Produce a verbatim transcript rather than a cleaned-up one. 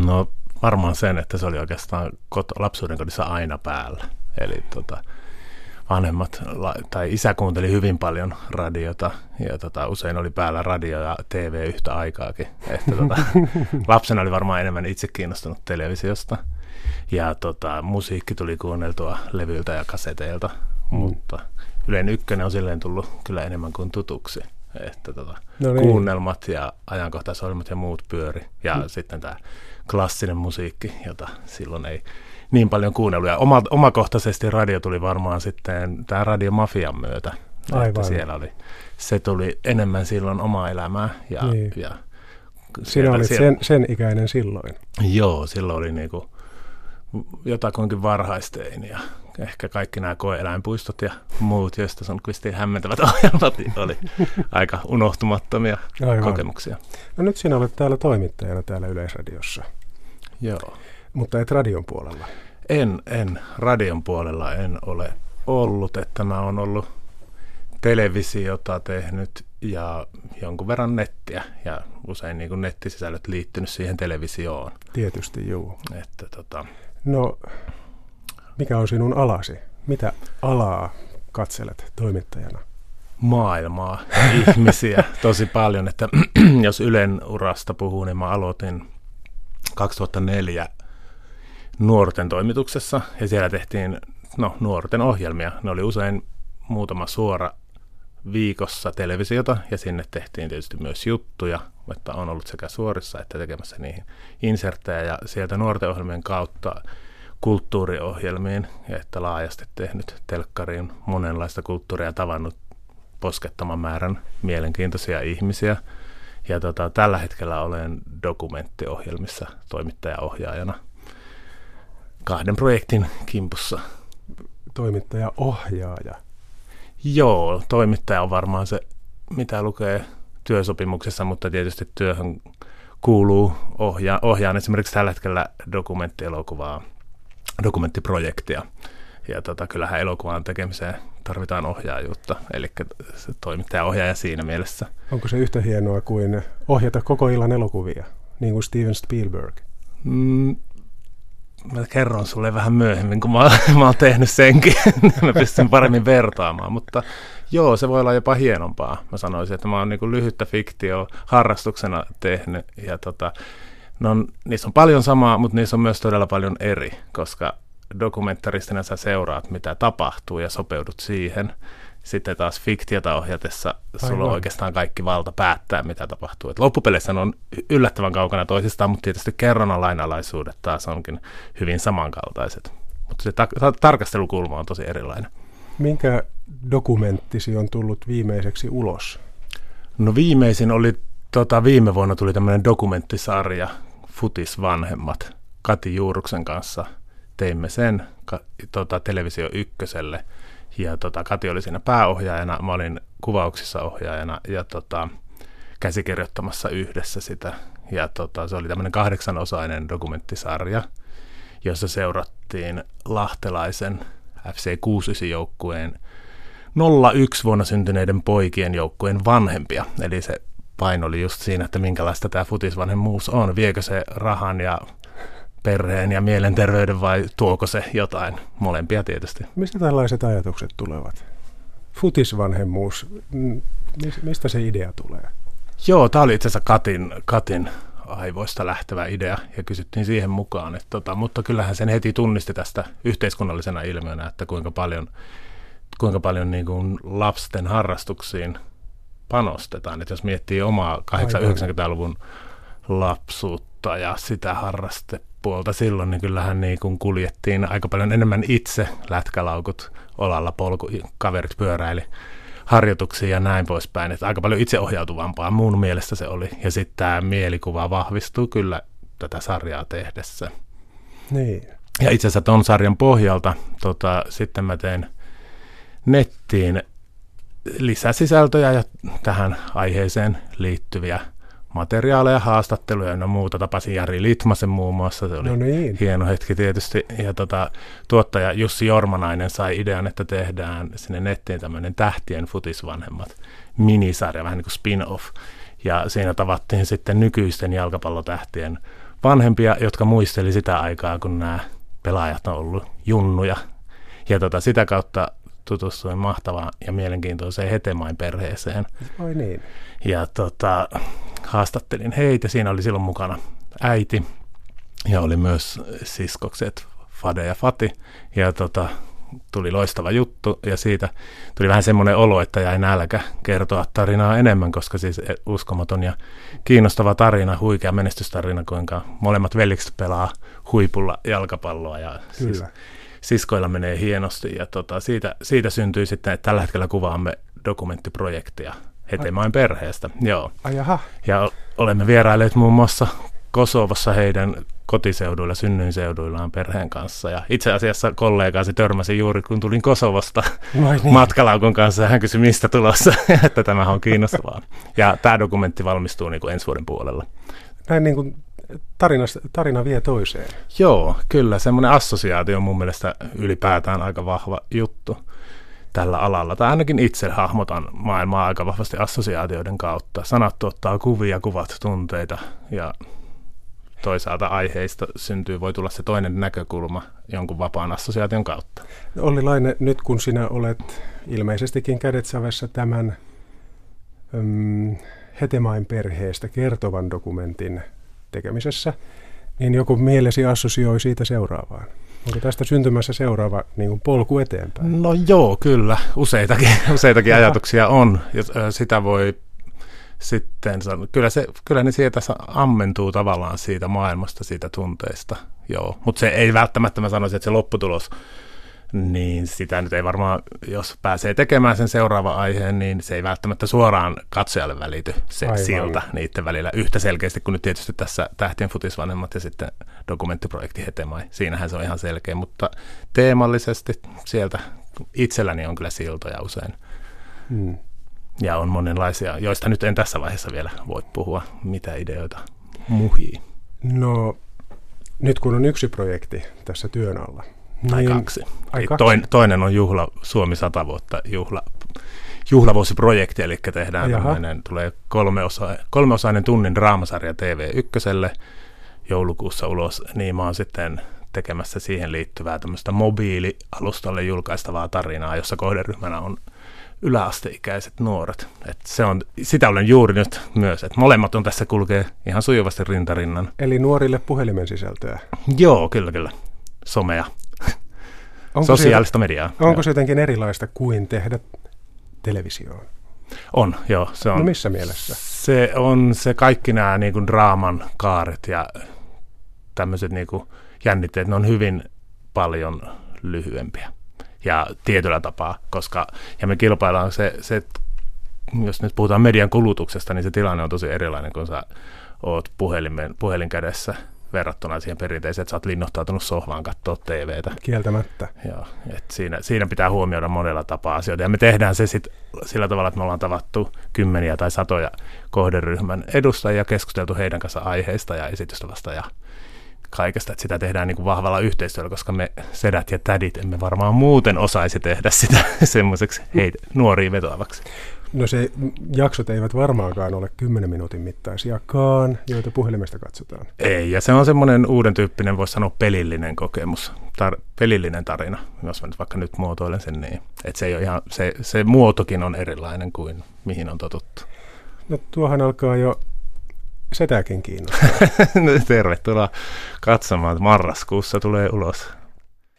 No varmaan sen, että se oli oikeastaan kot- lapsuuden kodissa aina päällä. Eli tota, vanhemmat tai isä kuunteli hyvin paljon radiota ja tota, usein oli päällä radio ja T V yhtä aikaakin. Että, tota, lapsena oli varmaan enemmän itse kiinnostunut televisiosta ja tota, musiikki tuli kuunneltua levyiltä ja kaseteilta, mm. mutta Ylen ykkönen on silleen tullut kyllä enemmän kuin tutuksi. Että tota, no niin. Kuunnelmat ja ajankohtaisohjelmat ja muut pyöri ja mm. sitten tämä klassinen musiikki, jota silloin ei niin paljon kuunnellut. Ja oma, omakohtaisesti radio tuli varmaan sitten tämä radiomafian myötä. Aivan. Että siellä oli, se tuli enemmän silloin omaa elämää. Ja, niin. ja Sinä olit siellä, sen, sen ikäinen silloin. Joo, silloin oli niinku jotakuinkin varhaisteini ja ehkä kaikki nämä koe-eläinpuistot ja muut, joista sun kuistiin hämmentävät ohjelmat, oli aika unohtumattomia Aivan. kokemuksia. No nyt sinä olet täällä toimittajana täällä Yleisradiossa. Joo. Mutta et radion puolella? En, en. Radion puolella en ole ollut, että mä oon ollut televisiota tehnyt ja jonkun verran nettiä ja usein niin kuin nettisisällöt liittynyt siihen televisioon. Tietysti, juu. Että, tota... No, mikä on sinun alasi? Mitä alaa katselet toimittajana? Maailmaa, ihmisiä tosi paljon, että jos Ylen urasta puhuu, niin mä aloitin kaksituhattaneljä nuorten toimituksessa ja siellä tehtiin no, nuorten ohjelmia. Ne oli usein muutama suora viikossa televisiota ja sinne tehtiin tietysti myös juttuja, mutta on ollut sekä suorissa että tekemässä niihin inserttejä ja sieltä nuorten ohjelmien kautta kulttuuriohjelmiin ja että laajasti tehnyt telkkariin monenlaista kulttuuria ja tavannut poskettoman määrän mielenkiintoisia ihmisiä. Ja tota, tällä hetkellä olen dokumenttiohjelmissa toimittaja-ohjaajana kahden projektin kimpussa. Toimittaja-ohjaaja? Joo, toimittaja on varmaan se, mitä lukee työsopimuksessa, mutta tietysti työhön kuuluu ohja- ohjaan esimerkiksi tällä hetkellä dokumenttielokuvaa, dokumenttiprojektia. Ja tota, kyllähän elokuvan tekemiseen tarvitaan ohjaajuutta, eli se toimittaja-ohjaaja siinä mielessä. Onko se yhtä hienoa kuin ohjata koko illan elokuvia, niin kuin Steven Spielberg? Mm, mä kerron sulle vähän myöhemmin, kun mä, mä oon tehnyt senkin, mä pystyn paremmin vertaamaan, mutta joo, se voi olla jopa hienompaa. Mä sanoisin, että mä oon niin kuin lyhyttä fiktio harrastuksena tehnyt, ja tota, no, niissä on paljon samaa, mutta niissä on myös todella paljon eri, koska dokumentaristina sä seuraat, mitä tapahtuu ja sopeudut siihen. Sitten taas fiktiota ohjatessa sulla Aivan. on oikeastaan kaikki valta päättää, mitä tapahtuu. Et loppupeleissä ne on yllättävän kaukana toisistaan, mutta tietysti kerronnan lainalaisuudet taas onkin hyvin samankaltaiset. Mutta se ta- ta- tarkastelukulma on tosi erilainen. Minkä dokumenttisi on tullut viimeiseksi ulos? No viimeisin oli, tota, viime vuonna tuli tämmöinen dokumenttisarja, Futisvanhemmat, Kati Juuruksen kanssa. Teimme sen ka, tota, Televisio Ykköselle ja tota, Kati oli siinä pääohjaajana, mä olin kuvauksissa ohjaajana ja tota, käsikirjoittamassa yhdessä sitä. Ja tota, se oli tämmöinen kahdeksanosainen dokumenttisarja, jossa seurattiin lahtelaisen F C kuusikymmentäyhdeksän-joukkueen nolla yksi vuonna syntyneiden poikien joukkueen vanhempia. Eli se paino oli just siinä, että minkälaista tämä futisvanhemmuus on. Viekö se rahan ja perheen ja mielenterveyden vai tuoko se jotain? Molempia tietysti. Mistä tällaiset ajatukset tulevat? Futisvanhemmuus, mistä se idea tulee? Joo, tämä oli itse asiassa Katin, Katin aivoista lähtevä idea ja kysyttiin siihen mukaan. Että tota, mutta kyllähän sen heti tunnisti tästä yhteiskunnallisena ilmiönä, että kuinka paljon, kuinka paljon niin kuin lapsen harrastuksiin panostetaan. Että jos miettii omaa kahdeksankymmentä-yhdeksänkymmentäluvun lapsuutta ja sitä harrastepuolta silloin, niin kyllähän niin kuin kuljettiin aika paljon enemmän itse, lätkälaukut olalla, polku, kaverit pyöräili harjoituksia ja näin poispäin, että aika paljon itseohjautuvampaa mun mielestä se oli. Ja sitten tämä mielikuva vahvistuu kyllä tätä sarjaa tehdessä. Niin. Ja itse asiassa ton sarjan pohjalta tota, sitten mä tein nettiin lisäsisältöjä ja tähän aiheeseen liittyviä materiaaleja, haastatteluja ja muuta. Tapasin Jari Litmasen muun muassa, se oli no niin. hieno hetki tietysti. Ja tota, tuottaja Jussi Jormanainen sai idean, että tehdään sinne nettiin tämmöinen Tähtien futisvanhemmat minisarja, vähän niin kuin spin-off. Ja siinä tavattiin sitten nykyisten jalkapallotähtien vanhempia, jotka muisteli sitä aikaa, kun nämä pelaajat on ollut junnuja. Ja tota, sitä kautta tutustuin mahtavaan ja mielenkiintoiseen Hetemain perheeseen. Oi niin. Ja tota, haastattelin heitä. Siinä oli silloin mukana äiti ja oli myös siskokset Fade ja Fati. Ja tota, tuli loistava juttu ja siitä tuli vähän semmoinen olo, että jäi nälkä kertoa tarinaa enemmän, koska siis uskomaton ja kiinnostava tarina, huikea menestystarina, kuinka molemmat velikset pelaa huipulla jalkapalloa ja siis siskoilla menee hienosti ja tota, siitä, siitä syntyi sitten, että tällä hetkellä kuvaamme dokumenttiprojektia Hetemain perheestä. Joo. Ai jaha. Ja olemme vierailleet muun muassa Kosovossa heidän kotiseuduilla, synnyinseuduillaan perheen kanssa. Ja itse asiassa kollegaasi törmäsi juuri, kun tulin Kosovosta niin. matkalaukun kanssa, ja hän kysyi, mistä tulossa, että tämä on kiinnostavaa. Ja tämä dokumentti valmistuu niin kuin ensi vuoden puolella. Näin niin kuin tarina, tarina vie toiseen. Joo, kyllä. Semmoinen assosiaatio on mun mielestä ylipäätään aika vahva juttu tällä alalla. Tai ainakin itse hahmotan maailmaa aika vahvasti assosiaatioiden kautta. Sanat tuottaa kuvia, kuvat tunteita ja toisaalta aiheista syntyy, voi tulla se toinen näkökulma jonkun vapaan assosiaation kautta. Olli Laine, nyt kun sinä olet ilmeisestikin kädet savessa tämän äm, Hetemain perheestä kertovan dokumentin tekemisessä, niin joku mielesi assosioi siitä seuraavaan. Onko tästä syntymässä seuraava niin kuin polku eteenpäin? No joo, kyllä. Useitakin, useitakin ajatuksia on. Sitä voi sitten sanoa. Kyllä, se, kyllä ne sieltä ammentuu tavallaan siitä maailmasta, siitä tunteesta. Joo, mutta se ei välttämättä, mä sanoisin, että se lopputulos, niin sitä nyt ei varmaan, jos pääsee tekemään sen seuraavan aiheen, niin se ei välttämättä suoraan katsojalle välity se Aivan. silta niiden välillä yhtä selkeästi kuin nyt tietysti tässä Tähtien futisvanhemmat ja sitten dokumenttiprojekti Hetemai. Siinähän se on ihan selkeä, mutta teemallisesti sieltä itselläni on kyllä siltoja usein. Hmm. Ja on monenlaisia, joista nyt en tässä vaiheessa vielä voi puhua, mitä ideoita muhii. No, nyt kun on yksi projekti tässä työn alla. Tai niin, kaksi. Ai kaksi. Toin, toinen on juhla, Suomi sata vuotta juhla, juhlavuosiprojekti, eli tehdään tämmöinen, tulee kolmeosa, kolmeosainen tunnin draamasarja T V ykköselle joulukuussa ulos, niin mä oon sitten tekemässä siihen liittyvää tämmöistä mobiilialustalle julkaistavaa tarinaa, jossa kohderyhmänä on yläasteikäiset nuoret. Et se on, sitä olen juuri nyt myös, että molemmat on tässä kulkee ihan sujuvasti rintarinnan. Eli nuorille puhelimen sisältöä? Joo, kyllä, kyllä. Somea. Onko sosiaalista se, mediaa. Onko se jotenkin erilaista kuin tehdä televisioon? On, joo. Se on, no missä mielessä? Se on se kaikki nämä niin kuin draaman kaaret ja tämmöiset niin kuin jännitteet, ne on hyvin paljon lyhyempiä. Ja tietyllä tapaa, koska, ja me kilpaillaan se, se, jos nyt puhutaan median kulutuksesta, niin se tilanne on tosi erilainen, kun sä oot puhelimen, puhelin kädessä verrattuna siihen perinteiseen, että sä oot linnoittautunut sohvaan katsoa T V:tä. Kieltämättä. Joo, että siinä, siinä pitää huomioida monella tapaa asioita, ja me tehdään se sitten sillä tavalla, että me ollaan tavattu kymmeniä tai satoja kohderyhmän edustajia, keskusteltu heidän kanssa aiheista ja esitystavasta ja kaikesta, että sitä tehdään niin kuin vahvalla yhteistyöllä, koska me sedät ja tädit emme varmaan muuten osaisi tehdä sitä semmoiseksi hei, nuoriin vetoavaksi. No se jaksot eivät varmaankaan ole kymmenen minuutin mittaisiakaan, joita puhelimesta katsotaan. Ei, ja se on semmoinen uuden tyyppinen, voisi sanoa pelillinen kokemus, tar- pelillinen tarina, jos mä nyt vaikka nyt muotoilen sen niin. Että se, ei ole ihan, se, se muotokin on erilainen kuin mihin on totuttu. No tuohan alkaa jo setäkin kiinnostaa. Tervetuloa katsomaan, että marraskuussa tulee ulos.